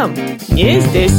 вам не здесь.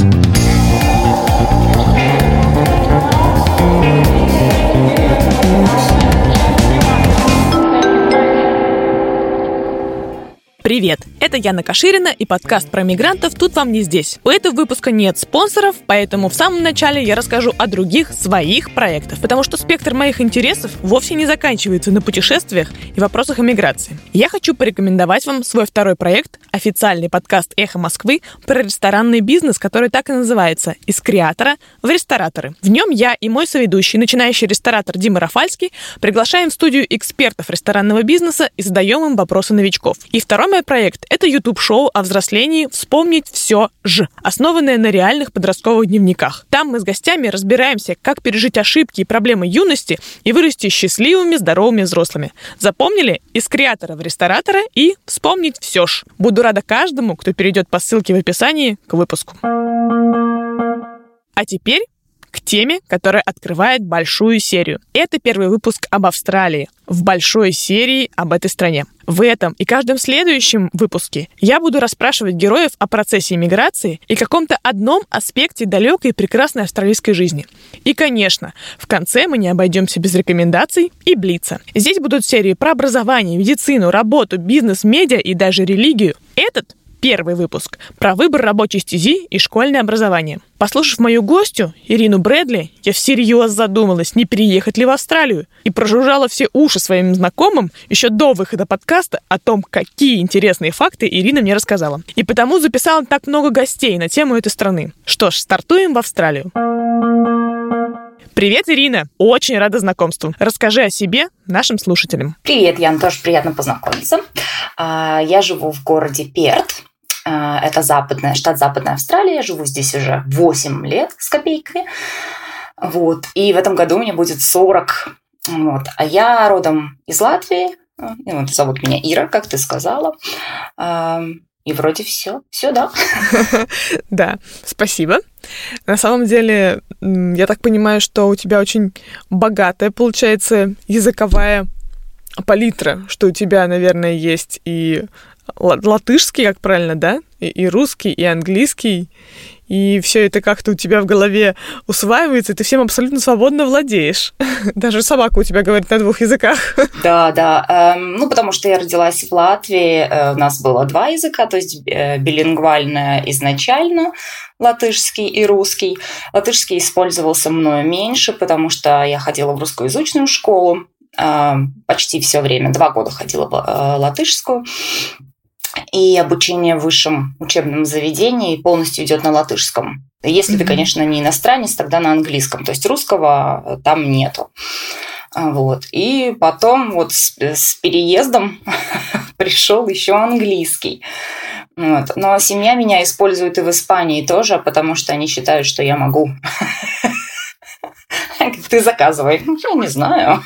Привет, это Яна Каширина и подкаст про мигрантов «Тут вам не здесь». У этого выпуска нет спонсоров, поэтому в самом начале я расскажу о других своих проектах, потому что спектр моих интересов вовсе не заканчивается на путешествиях и вопросах о миграции. Я хочу порекомендовать вам свой второй проект, официальный подкаст «Эхо Москвы» про ресторанный бизнес, который так и называется «Из креатора в рестораторы». В нем я и мой соведущий, начинающий ресторатор Дима Рафальский, приглашаем в студию экспертов ресторанного бизнеса и задаем им вопросы новичков. И второй мой проект — это YouTube-шоу о взрослении «Вспомнить все ж», основанное на реальных подростковых дневниках. Там мы с гостями разбираемся, как пережить ошибки и проблемы юности и вырасти счастливыми, здоровыми взрослыми. Запомнили? Из креатора в ресторатора и «Вспомнить все ж». Буду рада каждому, кто перейдет по ссылке в описании к выпуску. А теперь к теме, которая открывает большую серию. Это первый выпуск об Австралии в большой серии об этой стране. В этом и каждом следующем выпуске я буду расспрашивать героев о процессе иммиграции и каком-то одном аспекте далекой и прекрасной австралийской жизни. И, конечно, в конце мы не обойдемся без рекомендаций и блица. Здесь будут серии про образование, медицину, работу, бизнес, медиа и даже религию. Этот первый выпуск про выбор рабочей стези и школьное образование. Послушав мою гостью, Ирину Брэдли, я всерьез задумалась, не переехать ли в Австралию, и прожужжала все уши своим знакомым еще до выхода подкаста о том, какие интересные факты Ирина мне рассказала. И потому записала так много гостей на тему этой страны. Что ж, стартуем в Австралию. Привет, Ирина! Очень рада знакомству. Расскажи о себе нашим слушателям. Привет, Ян, тоже приятно познакомиться. Я живу в городе Перт. Это штат Западная Австралия. Я живу здесь уже 8 лет с копейками. Вот. И в этом году мне будет 40. Вот. А я родом из Латвии. Зовут меня Ира, как ты сказала. И вроде все. Все, да. Да, спасибо. На самом деле, я так понимаю, что у тебя очень богатая, получается, языковая палитра, что у тебя, наверное, есть и латышский, как правильно, да? И русский, и английский. И все это как-то у тебя в голове усваивается, и ты всем абсолютно свободно владеешь. Даже собака у тебя говорит на 2 языках. Да. Потому что я родилась в Латвии, у нас было 2 языка, то есть билингвально изначально, латышский и русский. Латышский использовался мною меньше, потому что я ходила в русскоязычную школу, почти все время, 2 года ходила в латышскую. И обучение в высшем учебном заведении полностью идет на латышском. Если ты, конечно, не иностранец, тогда на английском. То есть русского там нету. Вот. И потом вот с переездом пришел еще английский. Вот. Но семья меня использует и в Испании тоже, потому что они считают, что я могу. Ты заказывай. Я не знаю.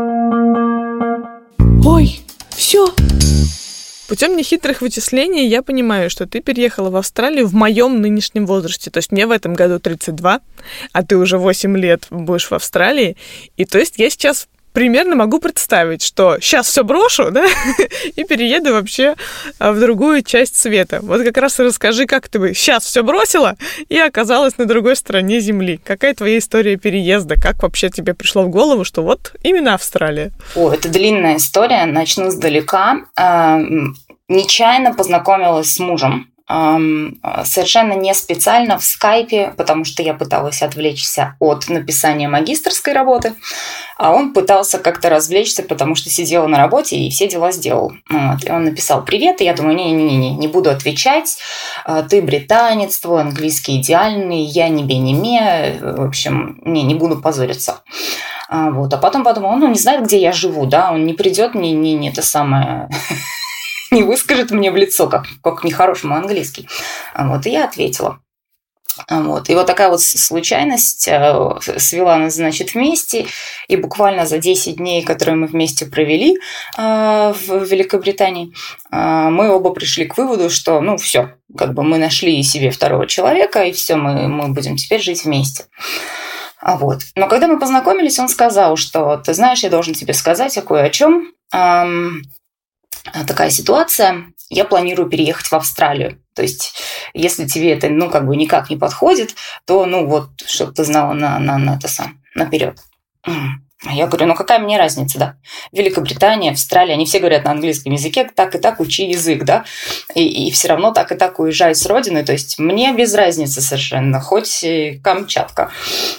Ой, все. Путем нехитрых вычислений я понимаю, что ты переехала в Австралию в моем нынешнем возрасте. То есть мне в этом году 32, а ты уже 8 лет будешь в Австралии. И то есть я сейчас примерно могу представить, что сейчас все брошу, да, и перееду вообще в другую часть света. Вот как раз и расскажи, как ты бы сейчас все бросила и оказалась на другой стороне Земли. Какая твоя история переезда? Как вообще тебе пришло в голову, что вот именно Австралия? Это длинная история. Начну сдалека. Нечаянно познакомилась с мужем. Совершенно не специально в скайпе, потому что я пыталась отвлечься от написания магистерской работы, а он пытался как-то развлечься, потому что сидела на работе и все дела сделал. Вот. И он написал «Привет», и я думаю, не буду отвечать, ты британец, твой английский идеальный, я не бе-не-ме, в общем, не буду позориться. Вот. А потом подумала, он не знает, где я живу, да, он не придет, не это самое... не выскажет мне в лицо, как нехорошему английский. Вот, и я ответила. Вот. И вот такая вот случайность свела нас, значит, вместе. И буквально за 10 дней, которые мы вместе провели в Великобритании, мы оба пришли к выводу, что, все, мы нашли себе второго человека, и все, мы будем теперь жить вместе. Вот. Но когда мы познакомились, он сказал, что, ты знаешь, я должен тебе сказать кое о чем. Такая ситуация. я планирую переехать в Австралию. То есть, если тебе это, никак не подходит, то, чтобы ты знала наперед. Я говорю, какая мне разница, да? Великобритания, Австралия, они все говорят на английском языке, так и так учи язык, да? И все равно так и так уезжай с родины, то есть мне без разницы совершенно, хоть Камчатка.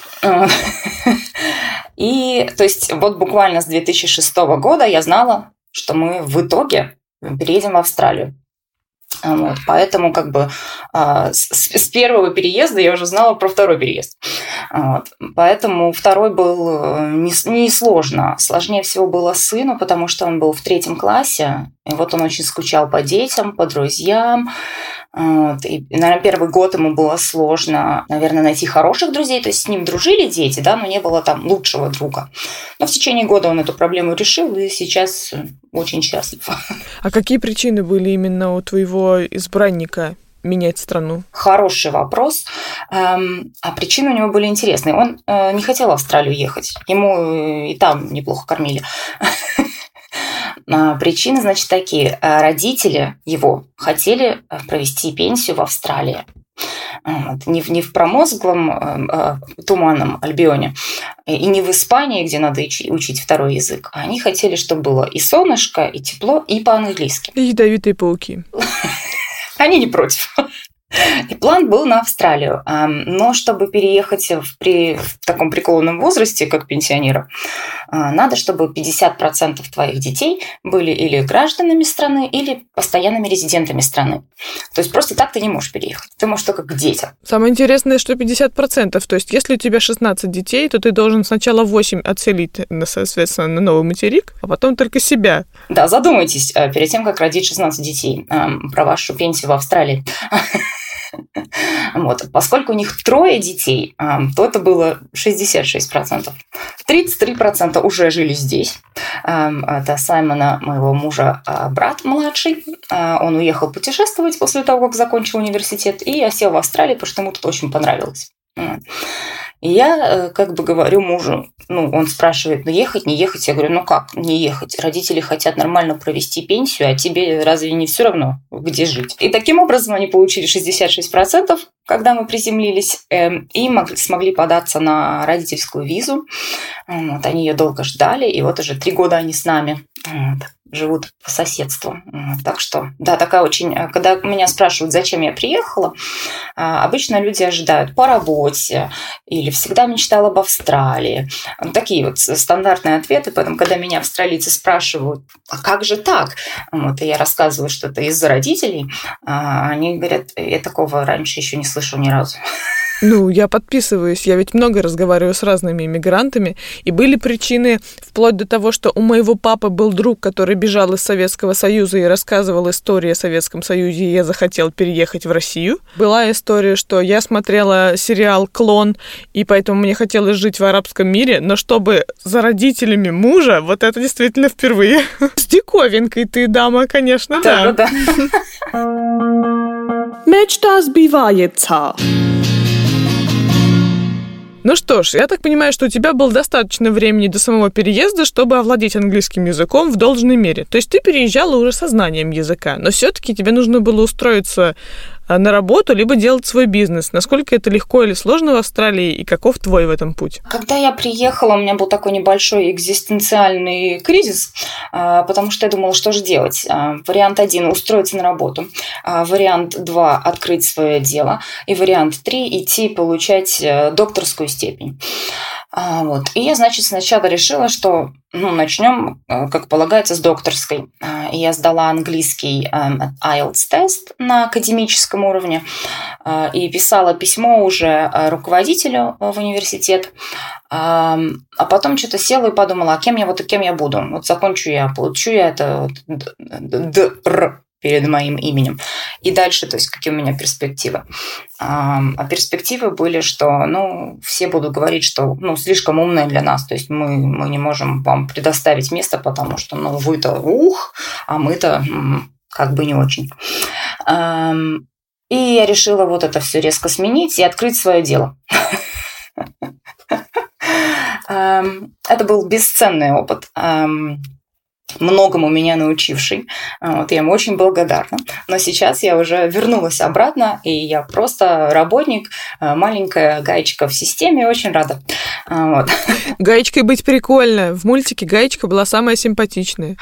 И, то есть, вот буквально с 2006 года я знала, что мы в итоге переедем в Австралию. Поэтому с первого переезда я уже знала про второй переезд. Поэтому второй был не сложно. Сложнее всего было сыну, потому что он был в 3 классе, и вот он очень скучал по детям, по друзьям. И, наверное, первый год ему было сложно, наверное, найти хороших друзей. То есть с ним дружили дети, да, но не было там лучшего друга. Но в течение года он эту проблему решил, и сейчас очень счастлив. А какие причины были именно у твоего избранника менять страну? Хороший вопрос. А причины у него были интересные. Он не хотел в Австралию ехать. Ему и там неплохо кормили. Причины, значит, такие. Родители его хотели провести пенсию в Австралии. Не в промозглом туманном Альбионе и не в Испании, где надо учить второй язык. Они хотели, чтобы было и солнышко, и тепло, и по-английски. И ядовитые пауки. Они не против. И план был на Австралию. Но чтобы переехать в таком преклонном возрасте, как пенсионера, надо, чтобы 50% твоих детей были или гражданами страны, или постоянными резидентами страны. То есть просто так ты не можешь переехать. Ты можешь только к детям. Самое интересное, что 50%. То есть если у тебя 16 детей, то ты должен сначала 8 отселить, соответственно, на новый материк, а потом только себя. Да, задумайтесь перед тем, как родить 16 детей, про вашу пенсию в Австралии. Поскольку у них 3 детей, то это было 66%. 33% уже жили здесь. Это Саймона, моего мужа, брат младший. Он уехал путешествовать после того, как закончил университет, и осел в Австралии, потому что ему тут очень понравилось. И я говорю мужу, он спрашивает, ехать, не ехать? Я говорю, как не ехать? Родители хотят нормально провести пенсию, а тебе разве не все равно, где жить? И таким образом они получили 66%, когда мы приземлились, и смогли податься на родительскую визу. Они ее долго ждали, и вот уже 3 года они с нами живут по соседству. Так что, да, такая очень... Когда меня спрашивают, зачем я приехала, обычно люди ожидают по работе или всегда мечтала об Австралии. Такие вот стандартные ответы. Поэтому, когда меня австралийцы спрашивают, а как же так? И я рассказываю, что это из-за родителей, они говорят, я такого раньше еще не слышала ни разу. Я подписываюсь. Я ведь много разговариваю с разными иммигрантами. И были причины вплоть до того, что у моего папы был друг, который бежал из Советского Союза и рассказывал истории о Советском Союзе, и я захотел переехать в Россию. Была история, что я смотрела сериал «Клон», и поэтому мне хотелось жить в арабском мире, но чтобы за родителями мужа, вот это действительно впервые. С диковинкой ты, дама, конечно, да. Да. Мечта сбивается. Ну что ж, я так понимаю, что у тебя было достаточно времени до самого переезда, чтобы овладеть английским языком в должной мере. То есть ты переезжала уже со знанием языка, но все-таки тебе нужно было устроиться на работу, либо делать свой бизнес. Насколько это легко или сложно в Австралии, и каков твой в этом путь? Когда я приехала, у меня был такой небольшой экзистенциальный кризис, потому что я думала, что же делать. Вариант 1 – устроиться на работу. Вариант 2 – открыть свое дело. И вариант 3 – идти получать докторскую степень. И я, значит, сначала решила, что начнем, как полагается, с докторской. И я сдала английский IELTS-тест на академическом уровне и писала письмо уже руководителю в университет. А потом что-то села и подумала, кем я буду. Закончу я, получу я это перед моим именем. И дальше, то есть, какие у меня перспективы. А перспективы были, что, все будут говорить, что, слишком умная для нас, то есть, мы не можем вам предоставить место, потому что, вы-то а мы-то не очень. И я решила вот это все резко сменить и открыть свое дело. Это был бесценный опыт. многому меня научивший. Вот, я ему очень благодарна. Но сейчас я уже вернулась обратно, и я просто работник, маленькая гаечка в системе, очень рада. Вот. Гаечкой быть прикольно. В мультике гаечка была самая симпатичная.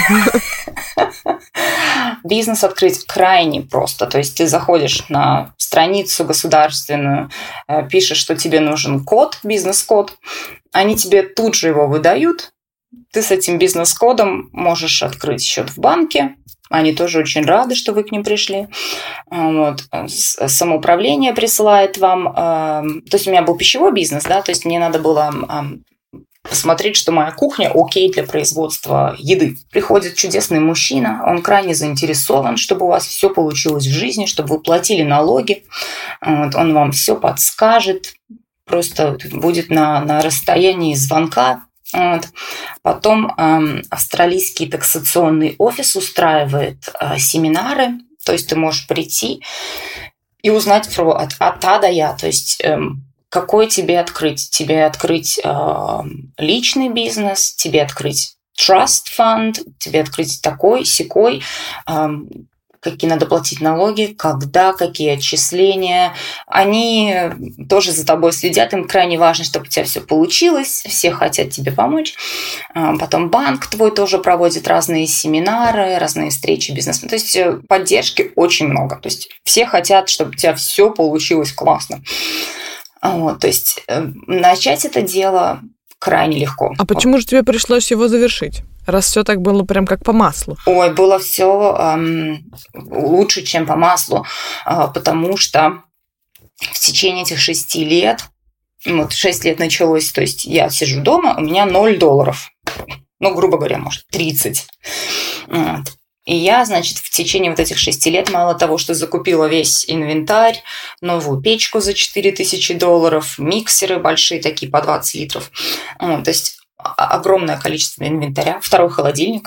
Бизнес открыть крайне просто. То есть ты заходишь на страницу государственную, пишешь, что тебе нужен код, бизнес-код, они тебе тут же его выдают. Ты с этим бизнес-кодом можешь открыть счет в банке. Они тоже очень рады, что вы к ним пришли. Вот. Самоуправление присылает вам. То есть у меня был пищевой бизнес, да, то есть мне надо было посмотреть, что моя кухня окей для производства еды. Приходит чудесный мужчина, он крайне заинтересован, чтобы у вас все получилось в жизни, чтобы вы платили налоги. Вот. Он вам все подскажет, просто будет на расстоянии звонка. Вот. Потом австралийский таксационный офис устраивает семинары, то есть ты можешь прийти и узнать от А до Я, то есть какой тебе открыть. Тебе открыть личный бизнес, тебе открыть trust fund, тебе открыть такой, сякой, какие надо платить налоги, когда, какие отчисления. Они тоже за тобой следят, им крайне важно, чтобы у тебя все получилось, все хотят тебе помочь. Потом банк твой тоже проводит разные семинары, разные встречи бизнесменов. То есть поддержки очень много. То есть все хотят, чтобы у тебя все получилось классно. Вот, то есть начать это дело крайне легко. А почему же тебе пришлось его завершить? Раз все так было прям как по маслу. Ой, было все лучше, чем по маслу, потому что в течение этих 6 лет, вот 6 лет началось, то есть я сижу дома, у меня $0. Ну, грубо говоря, может, 30. Вот. И я, значит, в течение вот этих 6 лет мало того, что закупила весь инвентарь, новую печку за $4000, миксеры большие такие по 20 литров. Вот, то есть огромное количество инвентаря, 2-й холодильник.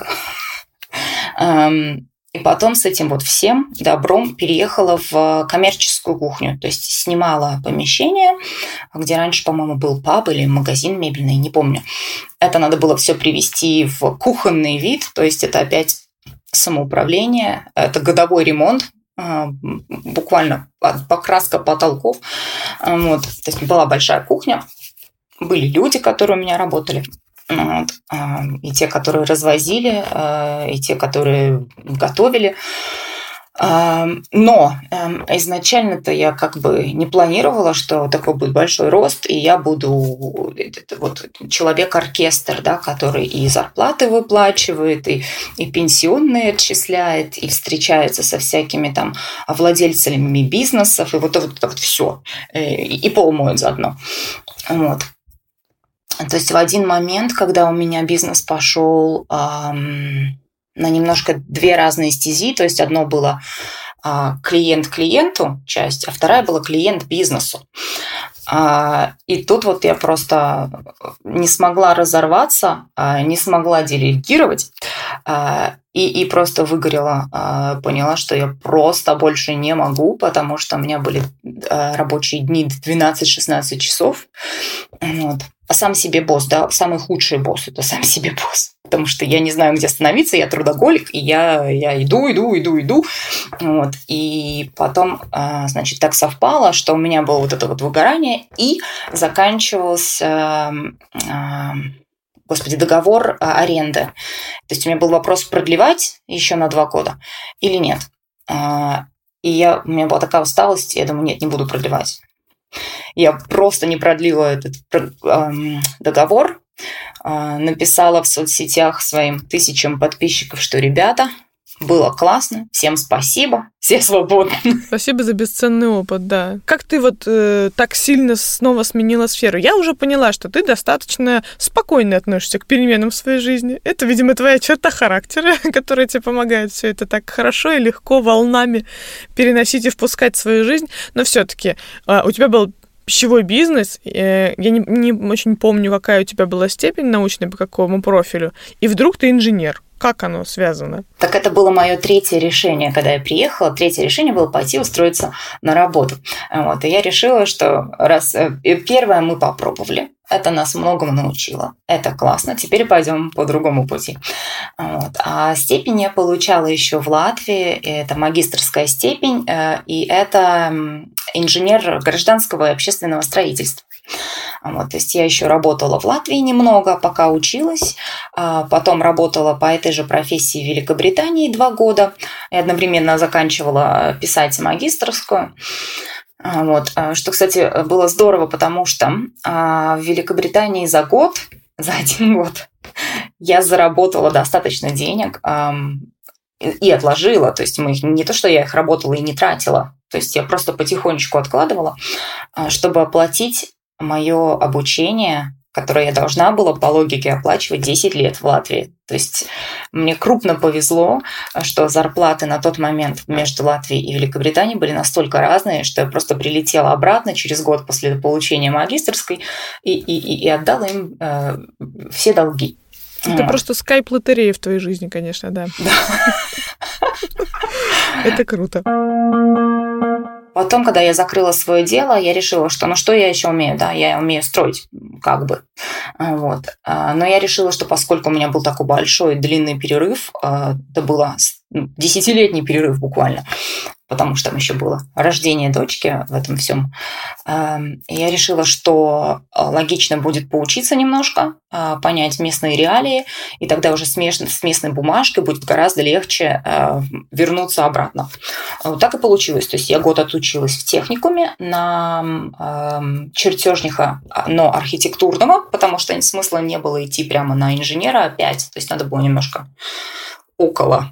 И потом с этим вот всем добром переехала в коммерческую кухню. То есть снимала помещение, где раньше, по-моему, был паб или магазин мебельный, не помню. Это надо было все привести в кухонный вид, то есть это опять самоуправление, это годовой ремонт, буквально покраска потолков. Вот. То есть была большая кухня, были люди, которые у меня работали. Вот. И те, которые развозили, и те, которые готовили. Но изначально-то я как бы не планировала, что такой будет большой рост, и я буду вот человек-оркестр, да, который и зарплаты выплачивает, и пенсионные отчисляет, и встречается со всякими там владельцами бизнесов, и вот это вот все, и пол моет заодно. Вот. То есть в один момент, когда у меня бизнес пошел на немножко 2 разные стези, то есть одно было клиент клиенту часть, а вторая была клиент бизнесу. И тут вот я просто не смогла разорваться, не смогла делегировать, и просто выгорела, поняла, что я просто больше не могу, потому что у меня были рабочие дни 12-16 часов. Вот. А сам себе босс, да, самый худший босс – это сам себе босс. Потому что я не знаю, где остановиться, я трудоголик, и я иду. Вот. И потом, значит, так совпало, что у меня было вот это вот выгорание, и заканчивался, договор аренды. То есть у меня был вопрос, продлевать еще на 2 года или нет. И у меня была такая усталость, я думаю, нет, не буду продлевать. Я просто не продлила этот договор, написала в соцсетях своим 1000 подписчиков, что, ребята, было классно, всем спасибо, все свободны. Спасибо за бесценный опыт, да. Как ты вот так сильно снова сменила сферу? Я уже поняла, что ты достаточно спокойно относишься к переменам в своей жизни. Это, видимо, твоя черта характера, которая тебе помогает все это так хорошо и легко волнами переносить и впускать в свою жизнь. Но все-таки у тебя был пищевой бизнес, я не очень помню, какая у тебя была степень научная, по какому профилю, и вдруг ты инженер. Как оно связано? Так это было мое третье решение, когда я приехала. Третье решение было пойти устроиться на работу. Вот. И я решила, что раз первое мы попробовали, это нас многому научило. Это классно. Теперь пойдем по другому пути. Вот. А степень я получала еще в Латвии. Это магистерская степень, и это инженер гражданского и общественного строительства. Вот, то есть я еще работала в Латвии немного, пока училась, потом работала по этой же профессии в Великобритании 2 года и одновременно заканчивала писать магистерскую. Вот, что, кстати, было здорово, потому что в Великобритании за 1 год я заработала достаточно денег и отложила, то есть не то, что я их работала и не тратила, то есть я просто потихонечку откладывала, чтобы оплатить мое обучение, которое я должна была по логике оплачивать 10 лет в Латвии. То есть мне крупно повезло, что зарплаты на тот момент между Латвией и Великобританией были настолько разные, что я просто прилетела обратно через год после получения магистерской и отдала им все долги. Это просто скайп-лотерея в твоей жизни, конечно, да. Это круто. Потом, когда я закрыла свое дело, я решила, что что я еще умею, да, я умею строить, как бы, вот. Но я решила, что поскольку у меня был такой большой длинный перерыв, это было 10-летний перерыв буквально, потому что там еще было рождение дочки в этом всем. Я решила, что логично будет поучиться немножко, понять местные реалии, и тогда уже с местной бумажкой будет гораздо легче вернуться обратно. Вот так и получилось. То есть я год отучилась в техникуме на чертежника, но архитектурного, потому что смысла не было идти прямо на инженера опять. То есть надо было немножко около.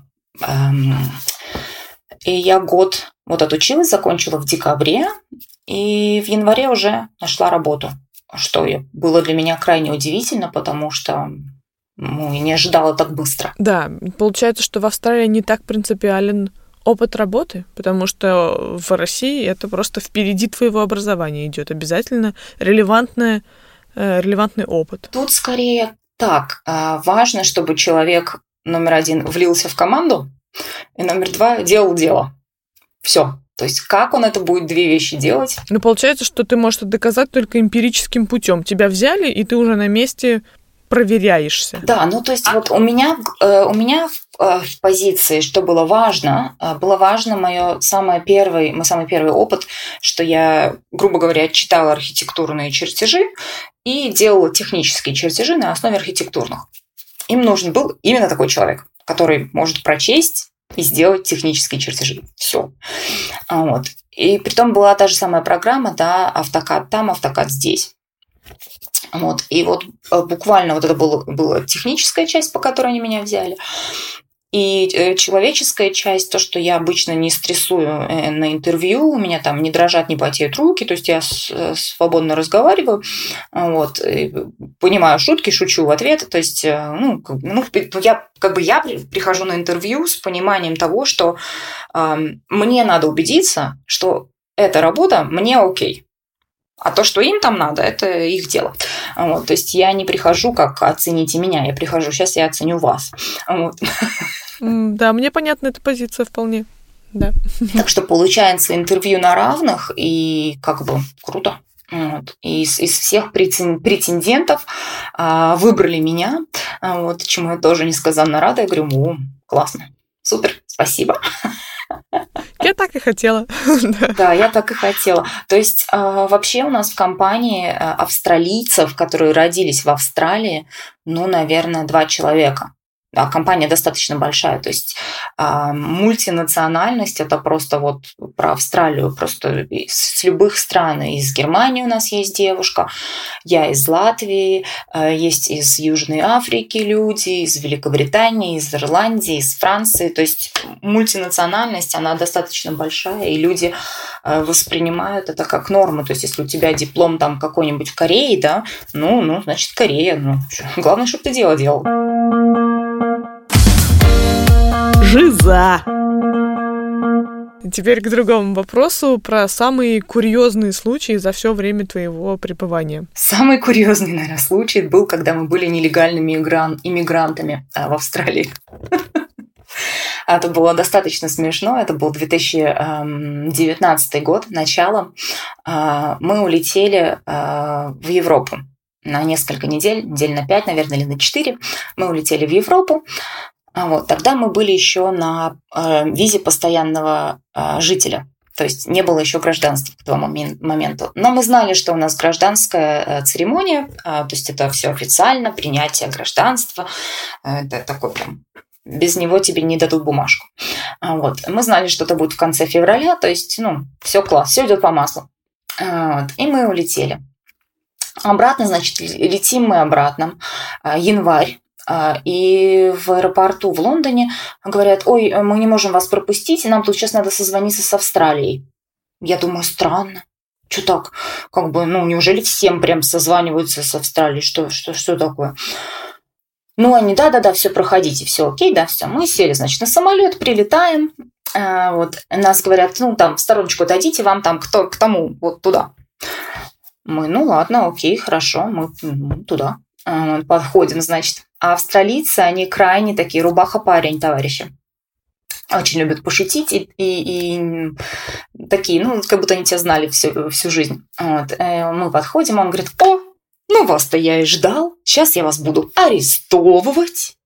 И я год отучилась, закончила в декабре, и в январе уже нашла работу, что было для меня крайне удивительно, потому что я не ожидала так быстро. Да, получается, что в Австралии не так принципиален опыт работы, потому что в России это просто впереди твоего образования идет обязательно релевантный опыт. Тут скорее так. Важно, чтобы человек, номер 1, влился в команду, и номер 2, делал дело. Все. То есть как он это будет 2 вещи делать? Получается, что ты можешь это доказать только эмпирическим путем. Тебя взяли, и ты уже на месте проверяешься. Да, то есть вот у меня в позиции, что было важно мой самый первый опыт, что я, грубо говоря, читала архитектурные чертежи и делала технические чертежи на основе архитектурных. Им нужен был именно такой человек, который может прочесть и сделать технические чертежи. Все. Вот. И притом была та же самая программа, да, AutoCAD там, AutoCAD здесь. Вот. И вот буквально это была техническая часть, по которой они меня взяли. И человеческая часть, то, что я обычно не стрессую на интервью, у меня там не дрожат, не потеют руки, то есть я свободно разговариваю, вот, понимаю шутки, шучу в ответ, то есть, я прихожу на интервью с пониманием того, что мне надо убедиться, что эта работа мне окей. А то, что им там надо, это их дело. Вот, то есть я не прихожу, как оцените меня, я прихожу, сейчас я оценю вас. Вот. Да, мне понятна эта позиция вполне. Да. Так что получается интервью на равных, и круто. Вот. И из всех претендентов выбрали меня, вот, чему я тоже несказанно рада. Я говорю, классно, супер, спасибо. Я так и хотела. Да, я так и хотела. То есть вообще у нас в компании австралийцев, которые родились в Австралии, наверное, 2 человека. А компания достаточно большая, то есть мультинациональность – это просто про Австралию, просто с любых стран. Из Германии у нас есть девушка, я из Латвии, есть из Южной Африки люди, из Великобритании, из Ирландии, из Франции. То есть мультинациональность, она достаточно большая, и люди воспринимают это как норму. То есть если у тебя диплом там какой-нибудь в Корее, да, значит Корея. Главное, чтобы ты дело делал. Жиза. Теперь к другому вопросу про самые курьезные случаи за все время твоего пребывания. Самый курьезный, наверное, случай был, когда мы были нелегальными иммигрантами в Австралии. Это было достаточно смешно. Это был 2019 год, начало. Мы улетели в Европу на несколько недель на 5, наверное, или на 4. Мы улетели в Европу. Тогда мы были еще на визе постоянного жителя. То есть не было еще гражданства к тому моменту. Но мы знали, что у нас гражданская церемония. То есть это все официально, принятие гражданства. Это такой прям... Без него тебе не дадут бумажку. Мы знали, что это будет в конце февраля. То есть, все класс, все идет по маслу. И мы улетели. Обратно, значит, летим мы обратно. Январь. И в аэропорту в Лондоне говорят: ой, мы не можем вас пропустить, и нам тут сейчас надо созвониться с Австралией. Я думаю, странно. Что так? Неужели всем прям созваниваются с Австралией? Что такое? Они, да, все, проходите, все окей, да, все. Мы сели, значит, на самолет, прилетаем. Нас говорят: там в стороночку отойдите, вам там к тому, вот туда. Мы, ладно, окей, хорошо, мы туда. Подходим, значит. А австралийцы, они крайне такие рубаха-парень, товарищи. Очень любят пошутить и такие, как будто они тебя знали всю жизнь. Мы подходим, он говорит: о, вас-то я и ждал, сейчас я вас буду арестовывать.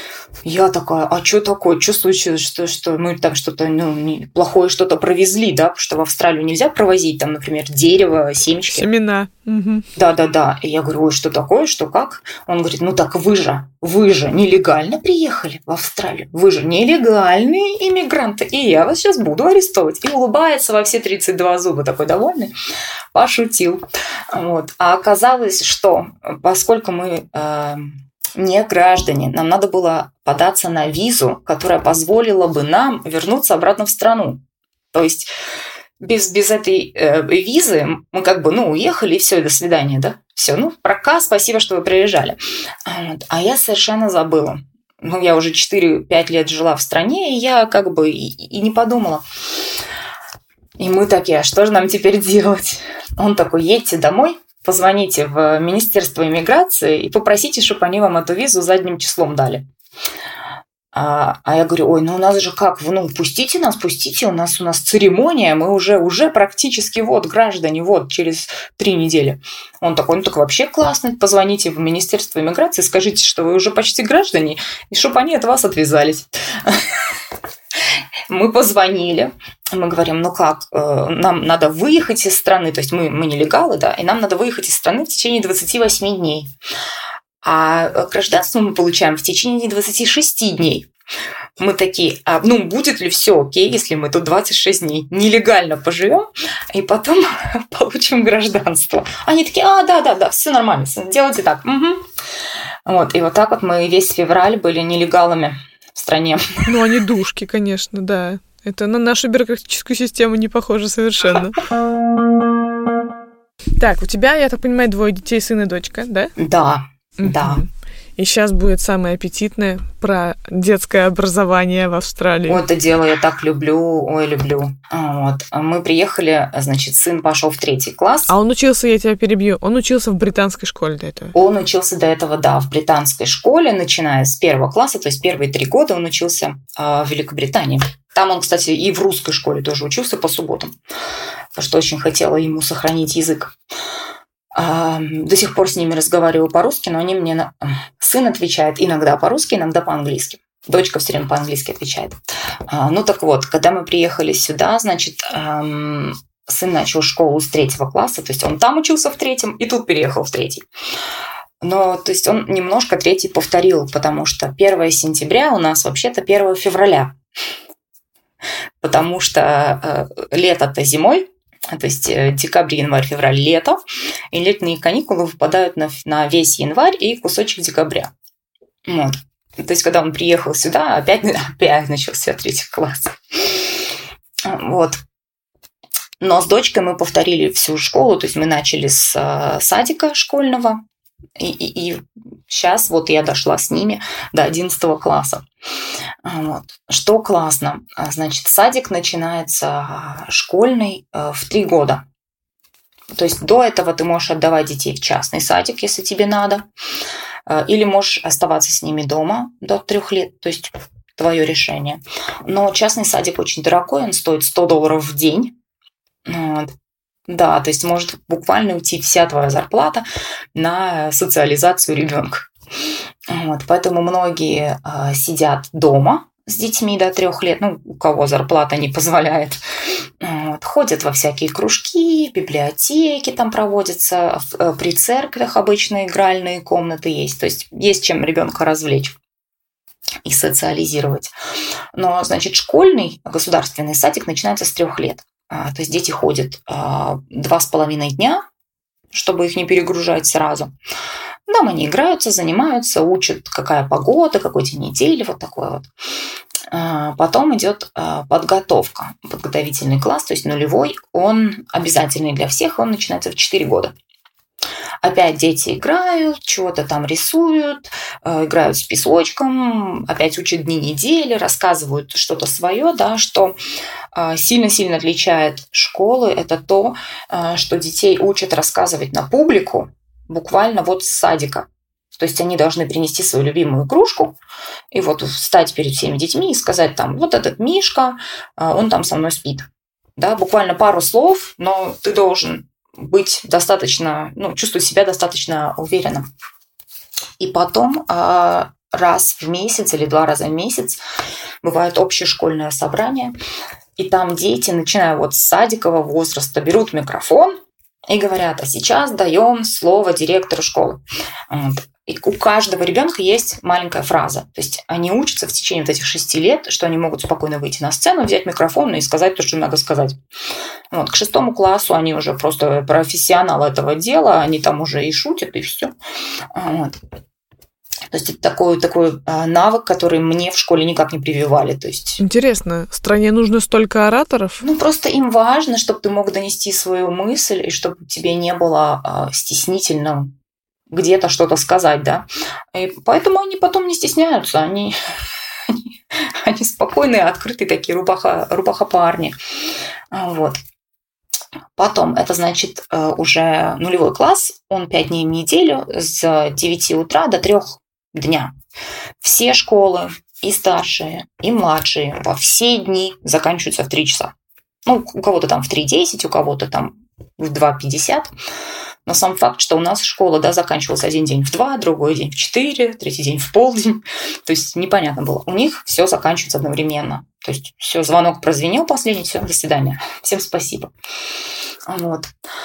Я такая: а что такое? Что случилось? Что мы там что-то плохое что-то провезли, да? Потому что в Австралию нельзя провозить, там, например, дерево, семечки. Семена. Угу. Да. И я говорю: ой, что такое? Что как? Он говорит: так вы же нелегально приехали в Австралию. Вы же нелегальные иммигранты, и я вас сейчас буду арестовывать. И улыбается во все 32 зуба, такой довольный. Пошутил. А оказалось, что поскольку мы... не граждане. Нам надо было податься на визу, которая позволила бы нам вернуться обратно в страну. То есть без этой визы мы уехали, и все, до свидания, да? Все, пока, спасибо, что вы приезжали. А я совершенно забыла. Я уже 4-5 лет жила в стране, и я и не подумала. И мы такие: а что же нам теперь делать? Он такой: едьте домой, позвоните в Министерство иммиграции и попросите, чтобы они вам эту визу задним числом дали. А я говорю: ой, у нас же как? Пустите нас, у нас церемония, мы уже практически граждане, через 3 недели. Он такой: так вообще классно, позвоните в Министерство иммиграции, скажите, что вы уже почти граждане, и чтобы они от вас отвязались. Мы позвонили, мы говорим: нам надо выехать из страны, то есть мы нелегалы, да, и нам надо выехать из страны в течение 28 дней. А гражданство мы получаем в течение 26 дней. Мы такие: будет ли все окей, если мы тут 26 дней нелегально поживем, и потом получим гражданство? Они такие: да, все нормально, делайте так. Угу. И вот так мы весь февраль были нелегалами в стране. Они душки, конечно, да. Это на нашу бюрократическую систему не похоже совершенно. Так, у тебя, я так понимаю, 2 детей, сын и дочка, да? Да, да. И сейчас будет самое аппетитное про детское образование в Австралии. Это дело я так люблю, люблю. Мы приехали, значит, сын пошел в 3 класс. А он учился, я тебя перебью, он учился в британской школе до этого? Он учился до этого, да, в британской школе, начиная с 1 класса, то есть первые 3 года он учился в Великобритании. Там он, кстати, и в русской школе тоже учился по субботам, потому что очень хотела ему сохранить язык. До сих пор с ними разговариваю по-русски, но они мне... Сын отвечает иногда по-русски, иногда по-английски. Дочка все время по-английски отвечает. Так вот, когда мы приехали сюда, значит, сын начал школу с 3 класса, то есть он там учился в 3 и тут переехал в 3. Но, то есть он немножко 3 повторил, потому что 1 сентября у нас вообще-то 1 февраля. Потому что лето-то зимой, то есть декабрь, январь, февраль – лето, и летние каникулы выпадают на весь январь и кусочек декабря. То есть, когда он приехал сюда, опять начался 3 класс. Но с дочкой мы повторили всю школу, то есть мы начали с садика школьного, И сейчас вот я дошла с ними до 11 класса. Вот. Что классно? Значит, садик начинается школьный в 3 года. То есть до этого ты можешь отдавать детей в частный садик, если тебе надо, или можешь оставаться с ними дома до 3 лет, то есть твое решение. Но частный садик очень дорогой, он стоит $100 в день. Вот. Да, то есть может буквально уйти вся твоя зарплата на социализацию ребенка. Вот, поэтому многие сидят дома с детьми до 3 лет, ну, у кого зарплата не позволяет. Вот, ходят во всякие кружки, библиотеки там проводятся, при церквях обычно игральные комнаты есть. То есть есть чем ребенка развлечь и социализировать. Но, значит, школьный государственный садик начинается с 3 лет. То есть дети ходят 2,5 дня, чтобы их не перегружать сразу. Там они играются, занимаются, учат, какая погода, какой день недели, вот такой вот. Потом идет подготовка, подготовительный класс, то есть нулевой, он обязательный для всех, он начинается в 4 года. Опять дети играют, чего-то там рисуют, играют с песочком, опять учат дни недели, рассказывают что-то свое, да, что сильно-сильно отличает школы, это то, что детей учат рассказывать на публику буквально вот с садика. То есть они должны принести свою любимую игрушку и вот встать перед всеми детьми и сказать там, вот этот Мишка, он там со мной спит. Да, буквально пару слов, но ты должен быть достаточно, чувствовать себя достаточно уверенным. И потом раз в месяц или 2 раза в месяц бывает общее школьное собрание, и там дети, начиная вот с садикового возраста, берут микрофон и говорят, а сейчас даем слово директору школы. И у каждого ребенка есть маленькая фраза. То есть они учатся в течение вот этих 6 лет, что они могут спокойно выйти на сцену, взять микрофон и сказать то, что им надо сказать. Вот. К 6 классу они уже просто профессионалы этого дела, они там уже и шутят, и все. Вот. То есть это такой навык, который мне в школе никак не прививали. То есть... Интересно, стране нужно столько ораторов? Просто им важно, чтобы ты мог донести свою мысль, и чтобы тебе не было стеснительно где-то что-то сказать, да. И поэтому они потом не стесняются, они спокойные, открытые такие рубаха-парни. Вот. Потом, это значит уже нулевой класс, он 5 дней в неделю с 9 утра до 3 дня. Все школы, и старшие, и младшие, во все дни заканчиваются в 3 часа. У кого-то там в 3:10, у кого-то там в 2:50. Но сам факт, что у нас школа, да, заканчивалась один день в 2, другой день в 4, третий день в полдень. То есть непонятно было. У них все заканчивается одновременно. То есть все, звонок прозвенел последний, все, до свидания. Всем спасибо. Вот.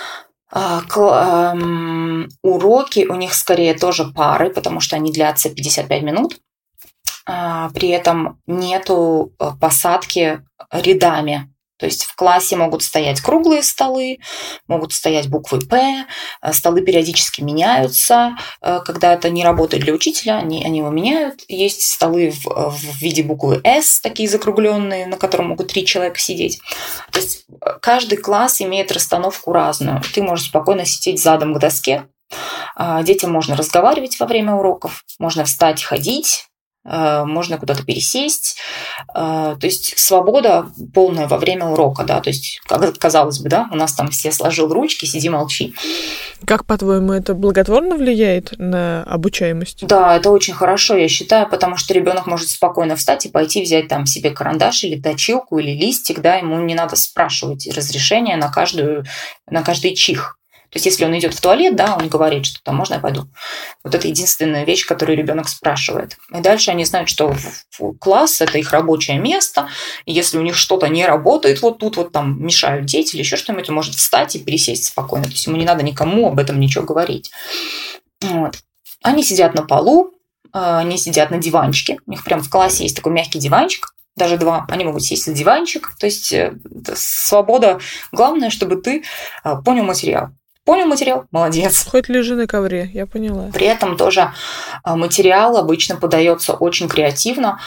Уроки у них скорее тоже пары, потому что они длятся 55 минут. При этом нету посадки рядами. То есть в классе могут стоять круглые столы, могут стоять буквы «П», столы периодически меняются. Когда это не работает для учителя, они его меняют. Есть столы в виде буквы «С», такие закругленные, на котором могут 3 человека сидеть. То есть каждый класс имеет расстановку разную. Ты можешь спокойно сидеть задом к доске. Детям можно разговаривать во время уроков, можно встать, ходить. Можно куда-то пересесть. То есть свобода полная во время урока, да, то есть, казалось бы, да, у нас там все сложил ручки, сиди, молчи. Как, по-твоему, это благотворно влияет на обучаемость? Да, это очень хорошо, я считаю, потому что ребенок может спокойно встать и пойти взять там себе карандаш или точилку или листик, да, ему не надо спрашивать разрешения на каждый чих. То есть, если он идет в туалет, да, он говорит, что там можно я пойду. Вот это единственная вещь, которую ребенок спрашивает. И дальше они знают, что класс – это их рабочее место. И если у них что-то не работает, вот тут вот там мешают дети или еще что-нибудь, он может встать и пересесть спокойно. То есть, ему не надо никому об этом ничего говорить. Вот. Они сидят на полу, они сидят на диванчике. У них прям в классе есть такой мягкий диванчик. Даже 2, они могут сесть на диванчик. То есть, свобода. Главное, чтобы ты понял материал. Понял материал? Молодец. Хоть лежи на ковре, я поняла. При этом тоже материал обычно подается очень креативно.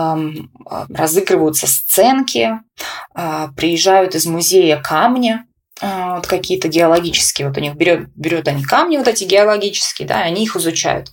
Разыгрываются сценки, приезжают из музея камни. вот какие-то геологические, вот у них берут они камни вот эти геологические, да, они их изучают.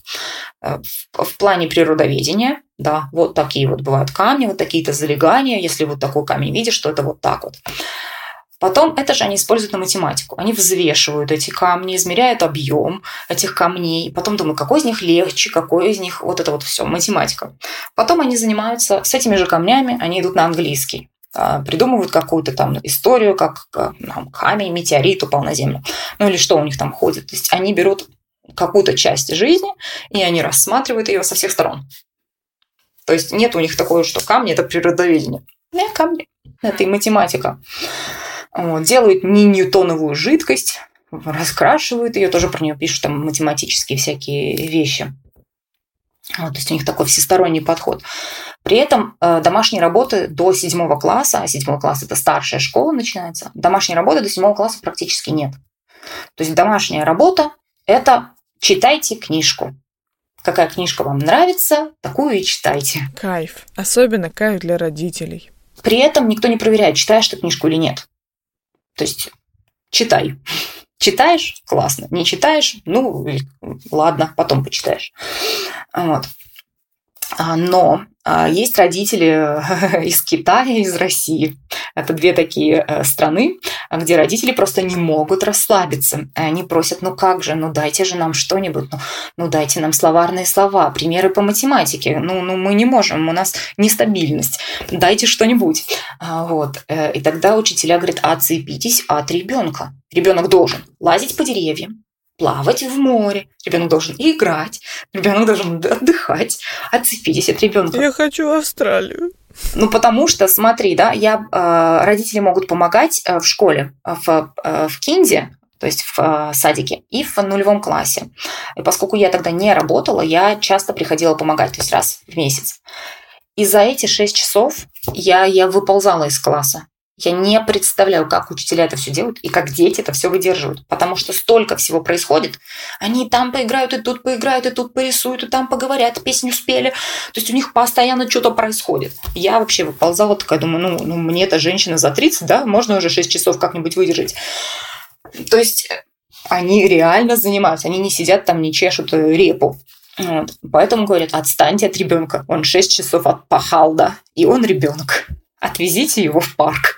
В плане природоведения, да, вот такие вот бывают камни, вот такие-то залегания, если вот такой камень видишь, то это вот так вот. Потом это же они используют на математику. Они взвешивают эти камни, измеряют объем этих камней. Потом думают, какой из них легче, какой из них вот это вот все, математика. Потом они занимаются с этими же камнями, они идут на английский. Придумывают какую-то там историю, как камень, метеорит упал на Землю. Ну или что у них там ходит. То есть они берут какую-то часть жизни, и они рассматривают ее со всех сторон. То есть нет у них такого, что камни – это природоведение. Нет, камни – это и математика. Вот, делают не ньютоновую жидкость, раскрашивают ее, тоже про нее пишут там математические всякие вещи. Вот, то есть у них такой всесторонний подход. При этом домашние работы до 7 класса, а 7 класс – это старшая школа начинается, домашней работы до 7 класса практически нет. То есть домашняя работа – это читайте книжку. Какая книжка вам нравится, такую и читайте. Кайф. Особенно кайф для родителей. При этом никто не проверяет, читаешь ты книжку или нет. То есть читай. Читаешь – классно. Не читаешь – ну, ладно, потом почитаешь. Вот. Но есть родители из Китая, из России. Это две такие страны, где родители просто не могут расслабиться. Они просят, ну как же, ну дайте же нам что-нибудь, ну дайте нам словарные слова, примеры по математике. Ну мы не можем, у нас нестабильность. Дайте что-нибудь. Вот. И тогда учителя говорят, отцепитесь от ребенка. Ребенок должен лазить по деревьям, плавать в море, ребенок должен играть, ребенок должен отдыхать. Отцепитесь от ребенка. Я хочу в Австралию. Ну, потому что, смотри, да, родители могут помогать в школе, в кинде, то есть в садике, и в 0 классе. И поскольку я тогда не работала, я часто приходила помогать, то есть раз в месяц. И за эти 6 часов я выползала из класса. Я не представляю, как учителя это все делают и как дети это все выдерживают. Потому что столько всего происходит. Они там поиграют, и тут порисуют, и там поговорят, песню спели. То есть у них постоянно что-то происходит. Я вообще выползала такая, думаю, ну мне-то женщина за 30, да, можно уже 6 часов как-нибудь выдержать. То есть они реально занимаются, они не сидят там, не чешут репу. Вот. Поэтому говорят, отстаньте от ребенка. Он 6 часов отпахал, да, и он ребенок. Отвезите его в парк.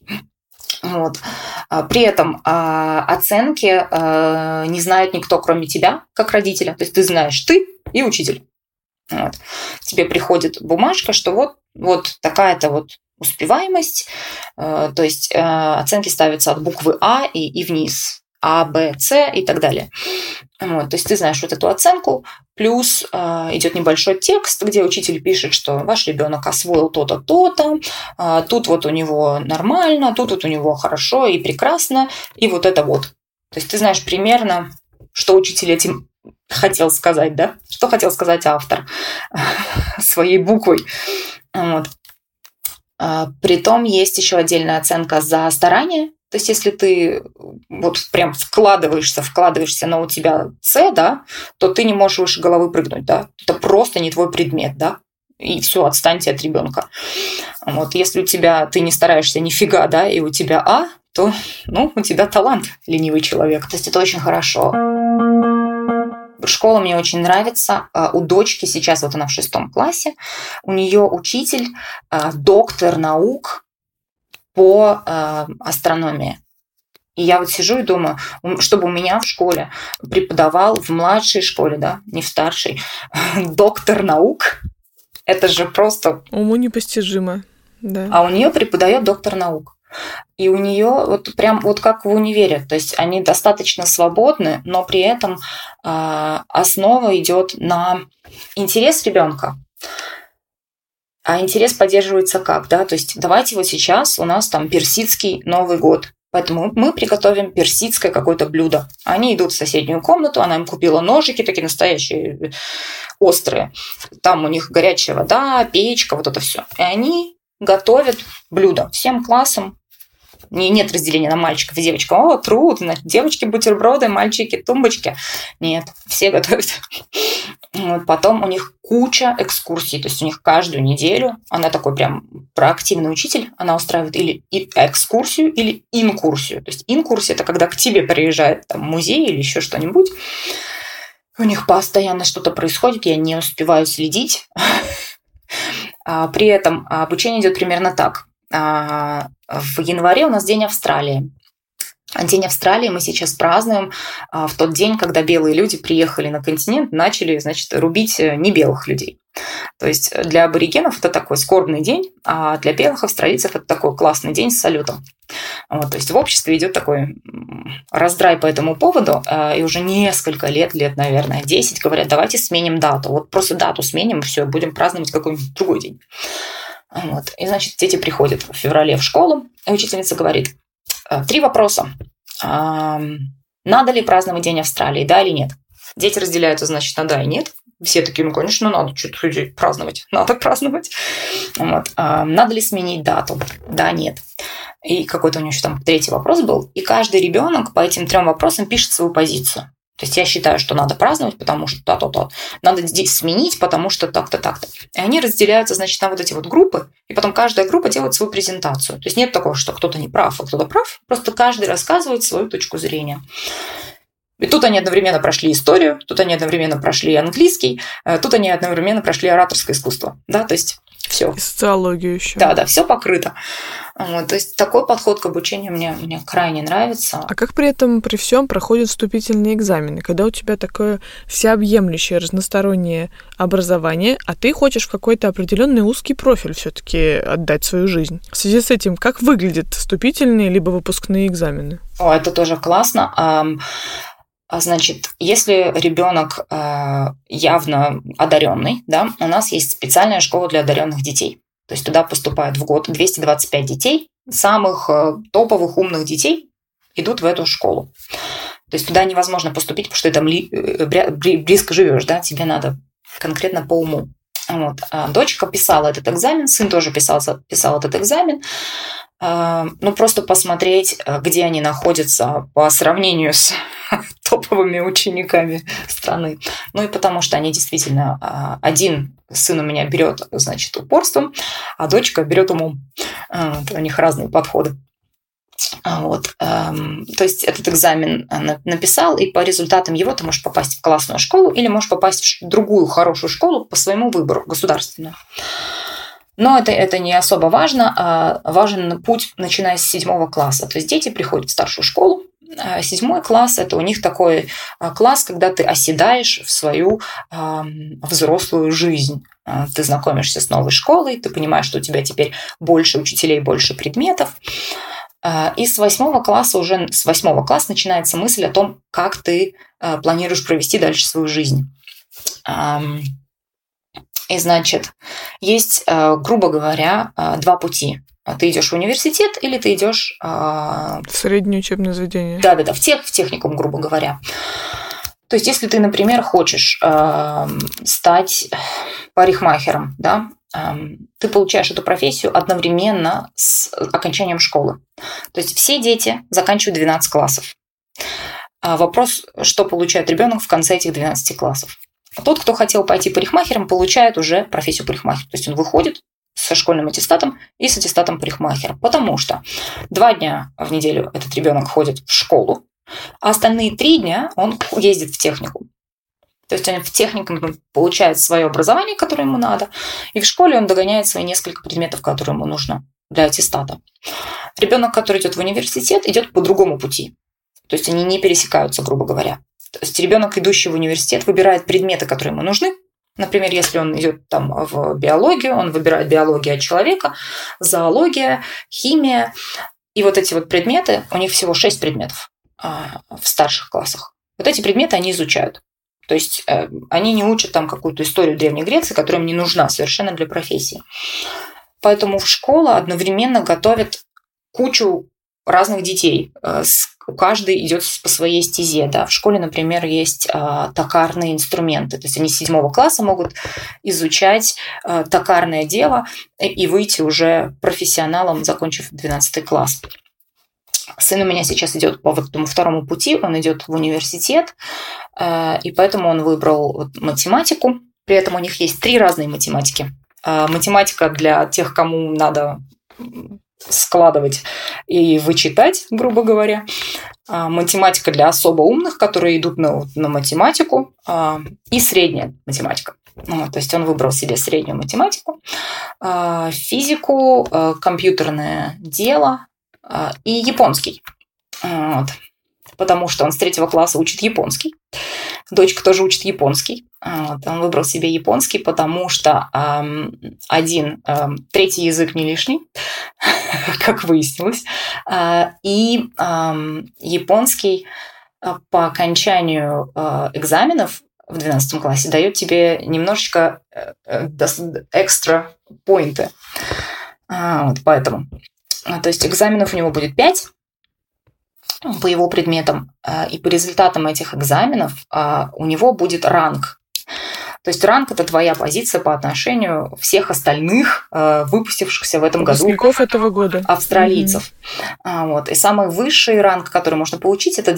Вот. При этом оценки не знает никто, кроме тебя, как родителя. То есть ты знаешь ты и учитель. Вот. Тебе приходит бумажка, что вот такая-то вот успеваемость. То есть оценки ставятся от буквы А и вниз. А, Б, С и так далее. Вот, то есть ты знаешь вот эту оценку, плюс идет небольшой текст, где учитель пишет, что ваш ребенок освоил то-то, то-то, тут вот у него нормально, тут вот у него хорошо и прекрасно, и вот это вот. То есть ты знаешь примерно, что учитель этим хотел сказать, да? Что хотел сказать автор своей буквой. Вот. Притом есть еще отдельная оценка за старание. То есть, если ты вот прям вкладываешься, но у тебя С, да, то ты не можешь выше головы прыгнуть, да. Это просто не твой предмет, да. И все, отстаньте от ребенка. Вот, если ты не стараешься нифига, да, и у тебя А, то, у тебя талант, ленивый человек. То есть, это очень хорошо. Школа мне очень нравится. У дочки сейчас, вот она в 6 классе, у нее учитель, доктор наук по астрономии. И я вот сижу и думаю, чтобы у меня в школе преподавал в младшей школе, да, не в старшей, доктор наук, это же просто... Уму непостижимо, да. А у нее преподает доктор наук. И у нее вот прям вот как в универе, то есть они достаточно свободны, но при этом основа идет на интерес ребенка. А интерес поддерживается как, да? То есть давайте вот сейчас у нас там персидский Новый год, поэтому мы приготовим персидское какое-то блюдо. Они идут в соседнюю комнату, она им купила ножики такие настоящие, острые. Там у них горячая вода, печка, вот это все. И они готовят блюдо всем классом. Нет разделения на мальчиков и девочек. О, трудно. Девочки бутерброды, мальчики тумбочки. Нет, все готовят. Вот, потом у них куча экскурсий. То есть у них каждую неделю, она такой прям проактивный учитель, она устраивает или экскурсию, или инкурсию. То есть инкурсия – это когда к тебе приезжает там музей или еще что-нибудь. У них постоянно что-то происходит, я не успеваю следить. При этом обучение идет примерно так. В январе у нас День Австралии. День Австралии мы сейчас празднуем в тот день, когда белые люди приехали на континент, начали, значит, рубить небелых людей. То есть для аборигенов это такой скорбный день, а для белых австралийцев это такой классный день с салютом. Вот, то есть в обществе идет такой раздрай по этому поводу, и уже несколько лет, наверное, 10, говорят, давайте сменим дату. Вот просто дату сменим, и все, будем праздновать какой-нибудь другой день. Вот. И, значит, дети приходят в феврале в школу, и учительница говорит, 3 вопроса. Надо ли праздновать День Австралии, да или нет? Дети разделяются, значит, на да и нет. Все такие, ну, конечно, надо что-то праздновать. Надо праздновать. Вот. Надо ли сменить дату? Да, нет. И какой-то у него еще там 3-й вопрос был. И каждый ребенок по этим 3 вопросам пишет свою позицию. То есть я считаю, что надо праздновать, потому что то-то. Надо здесь сменить, потому что так-то, так-то. И они разделяются, значит, на вот эти вот группы, и потом каждая группа делает свою презентацию. То есть нет такого, что кто-то не прав, а кто-то прав. Просто каждый рассказывает свою точку зрения. И тут они одновременно прошли историю, тут они одновременно прошли английский, тут они одновременно прошли ораторское искусство. Да, то есть все. И социологию еще. Да, все покрыто. Вот, то есть такой подход к обучению мне крайне нравится. А как при этом, при всем проходят вступительные экзамены, когда у тебя такое всеобъемлющее разностороннее образование, а ты хочешь в какой-то определенный узкий профиль все-таки отдать свою жизнь? В связи с этим, как выглядят вступительные либо выпускные экзамены? Это тоже классно. Значит, если ребенок явно одаренный, да, у нас есть специальная школа для одаренных детей. То есть туда поступает в год 225 детей, самых топовых умных детей идут в эту школу. То есть туда невозможно поступить, потому что ты там близко живешь, да, тебе надо конкретно по уму. Вот. Дочка писала этот экзамен, сын тоже писал этот экзамен. Ну, просто посмотреть, где они находятся по сравнению с топовыми учениками страны. Ну и потому что они действительно... Один сын у меня берет, значит, упорством, а дочка берет умом. У них разные подходы. Вот. То есть этот экзамен написал, и по результатам его ты можешь попасть в классную школу или можешь попасть в другую хорошую школу по своему выбору, государственную. Но это не особо важно. Важен путь, начиная с 7 класса. То есть дети приходят в старшую школу. 7 класс – это у них такой класс, когда ты оседаешь в свою взрослую жизнь. Ты знакомишься с новой школой, ты понимаешь, что у тебя теперь больше учителей, больше предметов. И с 8 класса, уже с 8 класса начинается мысль о том, как ты планируешь провести дальше свою жизнь. И, значит, есть, грубо говоря, 2 пути. Ты идешь в университет или ты идешь... В среднее учебное заведение. Да, в техникум, грубо говоря. То есть, если ты, например, хочешь стать парикмахером, да, ты получаешь эту профессию одновременно с окончанием школы. То есть, все дети заканчивают 12 классов. Вопрос, что получает ребенок в конце этих 12 классов. Тот, кто хотел пойти парикмахером, получает уже профессию парикмахера. То есть он выходит со школьным аттестатом и с аттестатом парикмахера. Потому что 2 дня в неделю этот ребенок ходит в школу, а остальные 3 дня он ездит в техникум. То есть он в техникуме получает свое образование, которое ему надо, и в школе он догоняет свои несколько предметов, которые ему нужно для аттестата. Ребенок, который идет в университет, идет по другому пути. То есть они не пересекаются, грубо говоря. То есть ребенок, идущий в университет, выбирает предметы, которые ему нужны. Например, если он идет там в биологию, он выбирает биологию от человека, зоология, химия. И вот эти вот предметы, у них всего 6 предметов в старших классах. Вот эти предметы они изучают. То есть они не учат там какую-то историю Древней Греции, которая им не нужна совершенно для профессии. Поэтому школа одновременно готовит кучу разных детей. Каждый идет по своей стезе. Да? В школе, например, есть токарные инструменты. То есть они с 7 класса могут изучать токарное дело и выйти уже профессионалом, закончив 12 класс. Сын у меня сейчас идет по вот этому 2 пути, он идет в университет, и поэтому он выбрал математику. При этом у них есть 3 разные математики. математика для тех, кому надо складывать и вычитать, грубо говоря. Математика для особо умных, которые идут на математику, и средняя математика. То есть он выбрал себе среднюю математику, физику, компьютерное дело и японский. Вот. Потому что он с 3 класса учит японский. Дочка тоже учит японский. Вот. Он выбрал себе японский, потому что третий язык не лишний, как выяснилось. И японский по окончанию экзаменов в 12 классе дает тебе немножечко экстра поинты. Вот, поэтому. То есть экзаменов у него будет 5 по его предметам, и по результатам этих экзаменов у него будет ранг. То есть ранг – это твоя позиция по отношению всех остальных выпустившихся в этом году этого года австралийцев. Вот. И самый высший ранг, который можно получить, это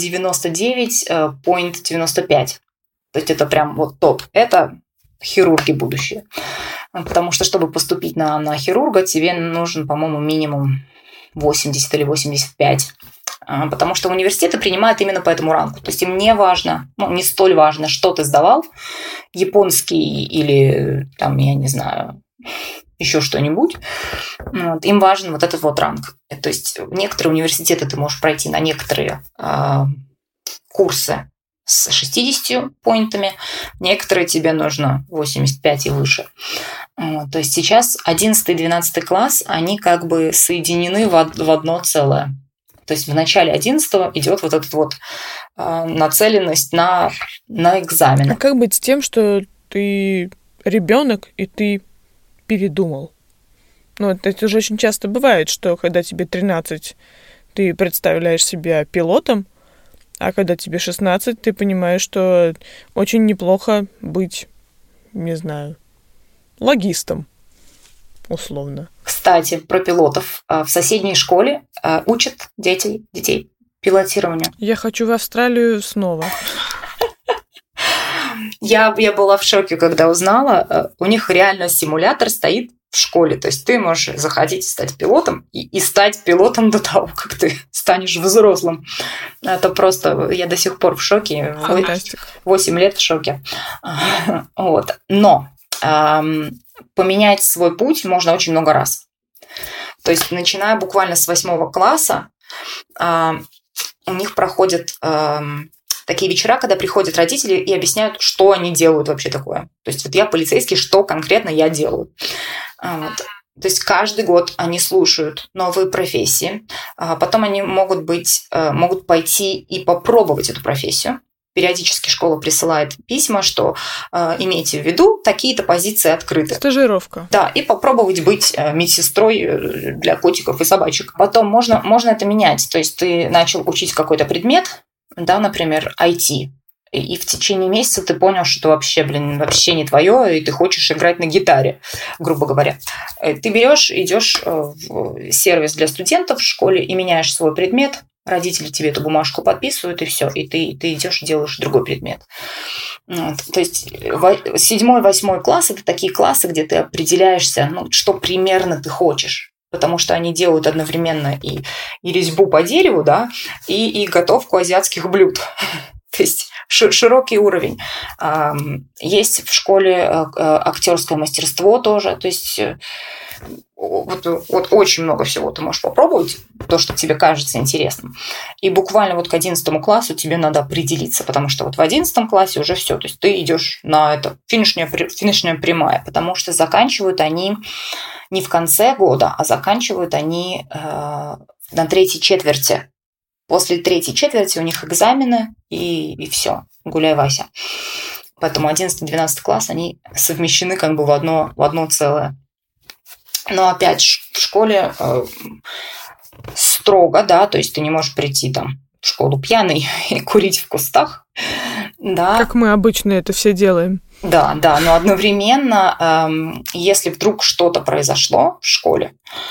99,95. То есть это прям вот топ. Это хирурги будущие. Потому что, чтобы поступить на хирурга, тебе нужен, по-моему, минимум 80 или 85. Потому что университеты принимают именно по этому рангу. То есть им не важно, не столь важно, что ты сдавал, японский или, там, я не знаю, еще что-нибудь. Вот. Им важен вот этот вот ранг. То есть некоторые университеты ты можешь пройти на некоторые курсы с 60 поинтами, некоторые тебе нужно 85 и выше. Вот. То есть сейчас 11 и 12 класс, они как бы соединены в одно целое. То есть в начале 11-го идет вот эта вот нацеленность на экзамены. А как быть с тем, что ты ребенок и ты передумал? Это уже очень часто бывает, что когда тебе 13, ты представляешь себя пилотом, а когда тебе 16, ты понимаешь, что очень неплохо быть, не знаю, логистом, условно. Кстати, про пилотов. В соседней школе учат детей пилотированию. Я хочу в Австралию снова. Я была в шоке, когда узнала. У них реально симулятор стоит в школе. То есть ты можешь захотеть стать пилотом и стать пилотом до того, как ты станешь взрослым. Это просто... Я до сих пор в шоке. Фантастика. 8 лет в шоке. Вот. Но поменять свой путь можно очень много раз. То есть, начиная буквально с 8 класса, у них проходят такие вечера, когда приходят родители и объясняют, что они делают вообще такое. То есть, вот я полицейский, что конкретно я делаю. Вот. То есть, каждый год они слушают новые профессии. Потом они могут пойти и попробовать эту профессию. Периодически школа присылает письма, что имейте в виду, такие-то позиции открыты. Стажировка. Да, и попробовать быть медсестрой для котиков и собачек. Потом можно это менять. То есть ты начал учить какой-то предмет, да, например, IT, и в течение месяца ты понял, что вообще не твое, и ты хочешь играть на гитаре, грубо говоря. Ты идешь в сервис для студентов в школе и меняешь свой предмет. Родители тебе эту бумажку подписывают, и все, и ты идешь и делаешь другой предмет. Вот. То есть 7-8 класс – это такие классы, где ты определяешься, что примерно ты хочешь. Потому что они делают одновременно и резьбу по дереву, да, и готовку азиатских блюд. То есть широкий уровень. Есть в школе актерское мастерство тоже. То есть вот очень много всего ты можешь попробовать, то, что тебе кажется интересным. И буквально вот к 11 классу тебе надо определиться, потому что вот в 11 классе уже все. То есть ты идешь на это финишная прямая, потому что заканчивают они не в конце года, а заканчивают они на 3-й четверти. После 3-й четверти у них экзамены, и все, гуляй, Вася. Поэтому 11-12 класс, они совмещены как бы в одно целое. Но опять в школе строго, да, то есть ты не можешь прийти там в школу пьяный и курить в кустах. Да. Как мы обычно это все делаем. Да, но одновременно, если вдруг что-то произошло в школе,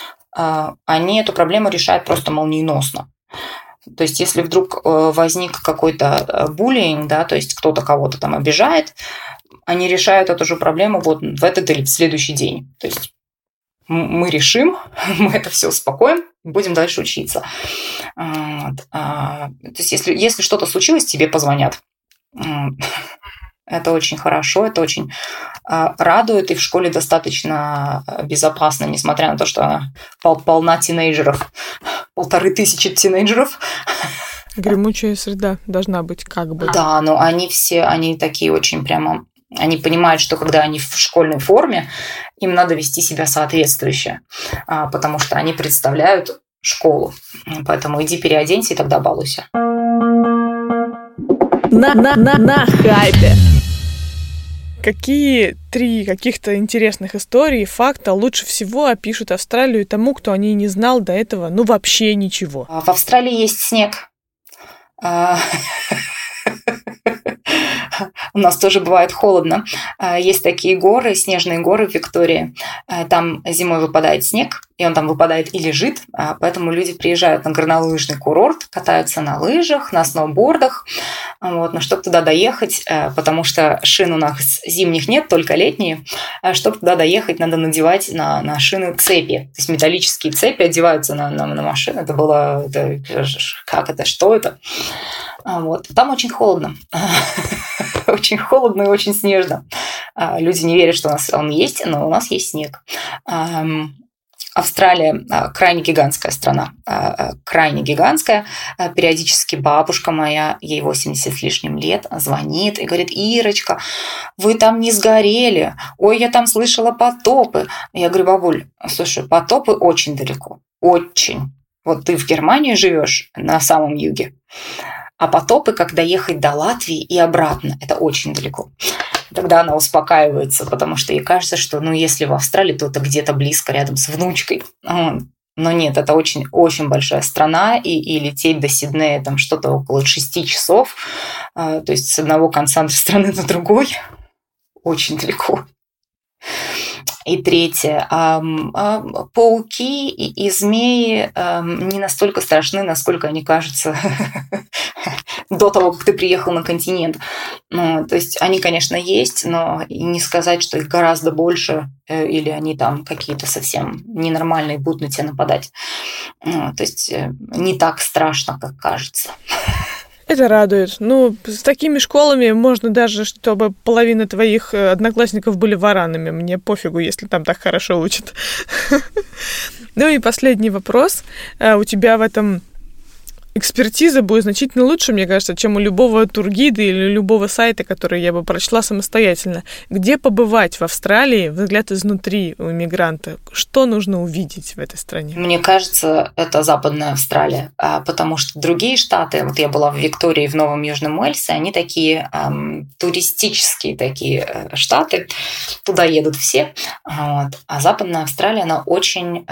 они эту проблему решают просто молниеносно. То есть, если вдруг возник какой-то буллинг, да, то есть кто-то кого-то там обижает, они решают эту же проблему вот в этот или в следующий день. То есть мы решим, мы это все успокоим, будем дальше учиться. Вот. То есть если что-то случилось, тебе позвонят. Это очень хорошо, это очень радует, и в школе достаточно безопасно, несмотря на то, что она полна тинейджеров, 1500 тинейджеров. Гремучая среда должна быть как бы. Да, но они такие очень прямо... Они понимают, что когда они в школьной форме, им надо вести себя соответствующе, потому что они представляют школу. Поэтому иди переоденься и тогда балуйся. На хайпе. Какие 3 каких-то интересных истории, факта лучше всего опишут Австралию тому, кто о ней не знал до этого, вообще ничего? В Австралии есть снег. У нас тоже бывает холодно. Есть такие горы, снежные горы в Виктории. Там зимой выпадает снег, и он там выпадает и лежит. Поэтому люди приезжают на горнолыжный курорт, катаются на лыжах, на сноубордах. Вот. Но чтобы туда доехать, потому что шин у нас зимних нет, только летние, чтобы туда доехать, надо надевать на шины цепи. То есть металлические цепи одеваются на машины. Это было... Как это? Что это? Вот. Там очень холодно. Очень холодно и очень снежно. Люди не верят, что у нас он есть, но у нас есть снег. Австралия крайне гигантская страна. Крайне гигантская. Периодически бабушка моя, ей 80 с лишним лет, звонит и говорит: «Ирочка, вы там не сгорели? Ой, я там слышала потопы». Я говорю: «Бабуль, слушай, потопы очень далеко. Очень. Вот ты в Германии живешь, на самом юге. А потопы, как доехать до Латвии и обратно, это очень далеко». Тогда она успокаивается, потому что ей кажется, что если в Австралии, то это где-то близко, рядом с внучкой. Но нет, это очень-очень большая страна, и лететь до Сиднея там что-то около 6 часов, то есть с одного конца страны на другой, очень далеко. И третье. Пауки и змеи не настолько страшны, насколько они кажутся до того, как ты приехал на континент. То есть они, конечно, есть, но и не сказать, что их гораздо больше, или они там какие-то совсем ненормальные будут на тебя нападать. То есть не так страшно, как кажется. Это радует. С такими школами можно даже, чтобы половина твоих одноклассников были варанами. Мне пофигу, если там так хорошо учат. И последний вопрос. У тебя в этом экспертиза будет значительно лучше, мне кажется, чем у любого тургида или любого сайта, который я бы прочла самостоятельно. Где побывать в Австралии, взгляд изнутри у иммигранта? Что нужно увидеть в этой стране? Мне кажется, это Западная Австралия, потому что другие штаты, вот я была в Виктории, в Новом Южном Уэльсе, они такие туристические такие штаты, туда едут все. Вот. А Западная Австралия, она очень...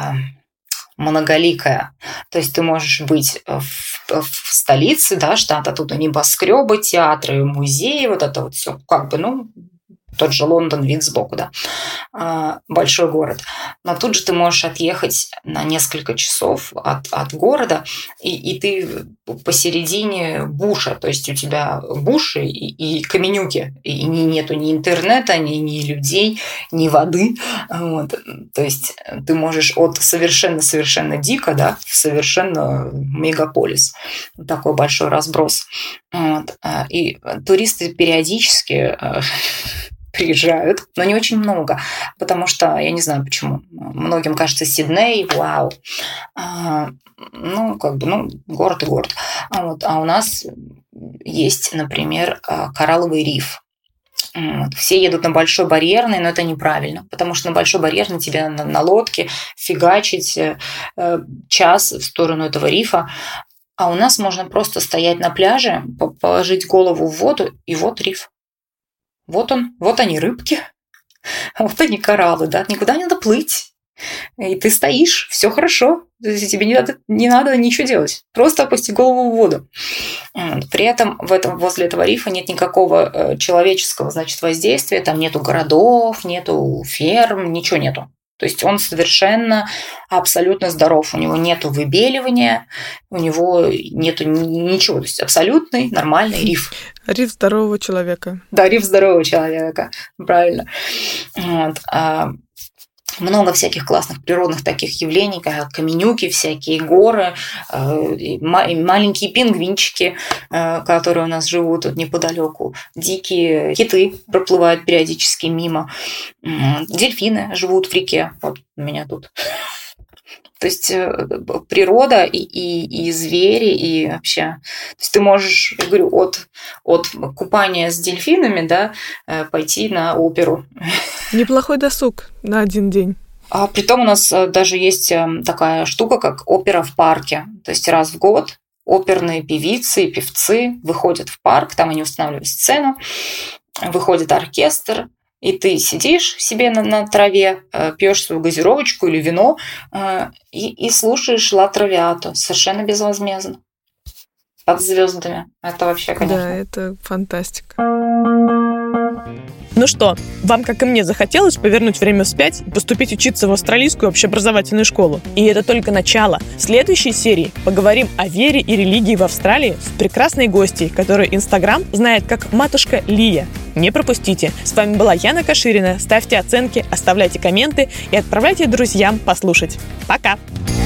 многоликая. То есть ты можешь быть в столице, да, штата, тут небоскребы, театры, музеи, вот это вот все, тот же Лондон, вид сбоку, да, большой город. Но тут же ты можешь отъехать на несколько часов от города, и ты посередине буша, то есть у тебя буши и каменюки, и нету ни интернета, ни людей, ни воды. Вот. То есть ты можешь от совершенно дико, да, в совершенно мегаполис. Такой большой разброс. Вот. И туристы периодически приезжают, но не очень много, потому что, я не знаю почему, многим кажется Сидней, вау, город и город. А у нас есть, например, коралловый риф. Все едут на Большой Барьерный, но это неправильно, потому что на Большой Барьерный тебе на лодке фигачить час в сторону этого рифа, а у нас можно просто стоять на пляже, положить голову в воду, и вот риф. Вот он, вот они рыбки, вот они кораллы, да, никуда не надо плыть. И ты стоишь, все хорошо, тебе не надо ничего делать, просто опусти голову в воду. При этом возле этого рифа нет никакого человеческого, воздействия, там нету городов, нету ферм, ничего нету. То есть он совершенно абсолютно здоров. У него нет выбеливания, у него нет ничего. То есть абсолютный нормальный риф. Риф здорового человека. Да, риф здорового человека. Правильно. Вот. Много всяких классных природных таких явлений, как каменюки, всякие горы, маленькие пингвинчики, которые у нас живут тут неподалеку, дикие киты проплывают периодически мимо, дельфины живут в реке, вот у меня тут. То есть природа и звери, и вообще... То есть ты можешь, я говорю, от купания с дельфинами, да, пойти на оперу. Неплохой досуг на один день. А притом у нас даже есть такая штука, как опера в парке. То есть раз в год оперные певицы и певцы выходят в парк, там они устанавливают сцену, выходит оркестр, и ты сидишь себе на траве, пьешь свою газировочку или вино и слушаешь «Ла Травиата» совершенно безвозмездно. Под звездами. Это вообще, конечно. Да, это фантастика. Ну что, вам, как и мне, захотелось повернуть время вспять и поступить учиться в австралийскую общеобразовательную школу? И это только начало. В следующей серии поговорим о вере и религии в Австралии с прекрасной гостьей, которую Инстаграм знает как матушка Лия. Не пропустите. С вами была Яна Каширина. Ставьте оценки, оставляйте комменты и отправляйте друзьям послушать. Пока!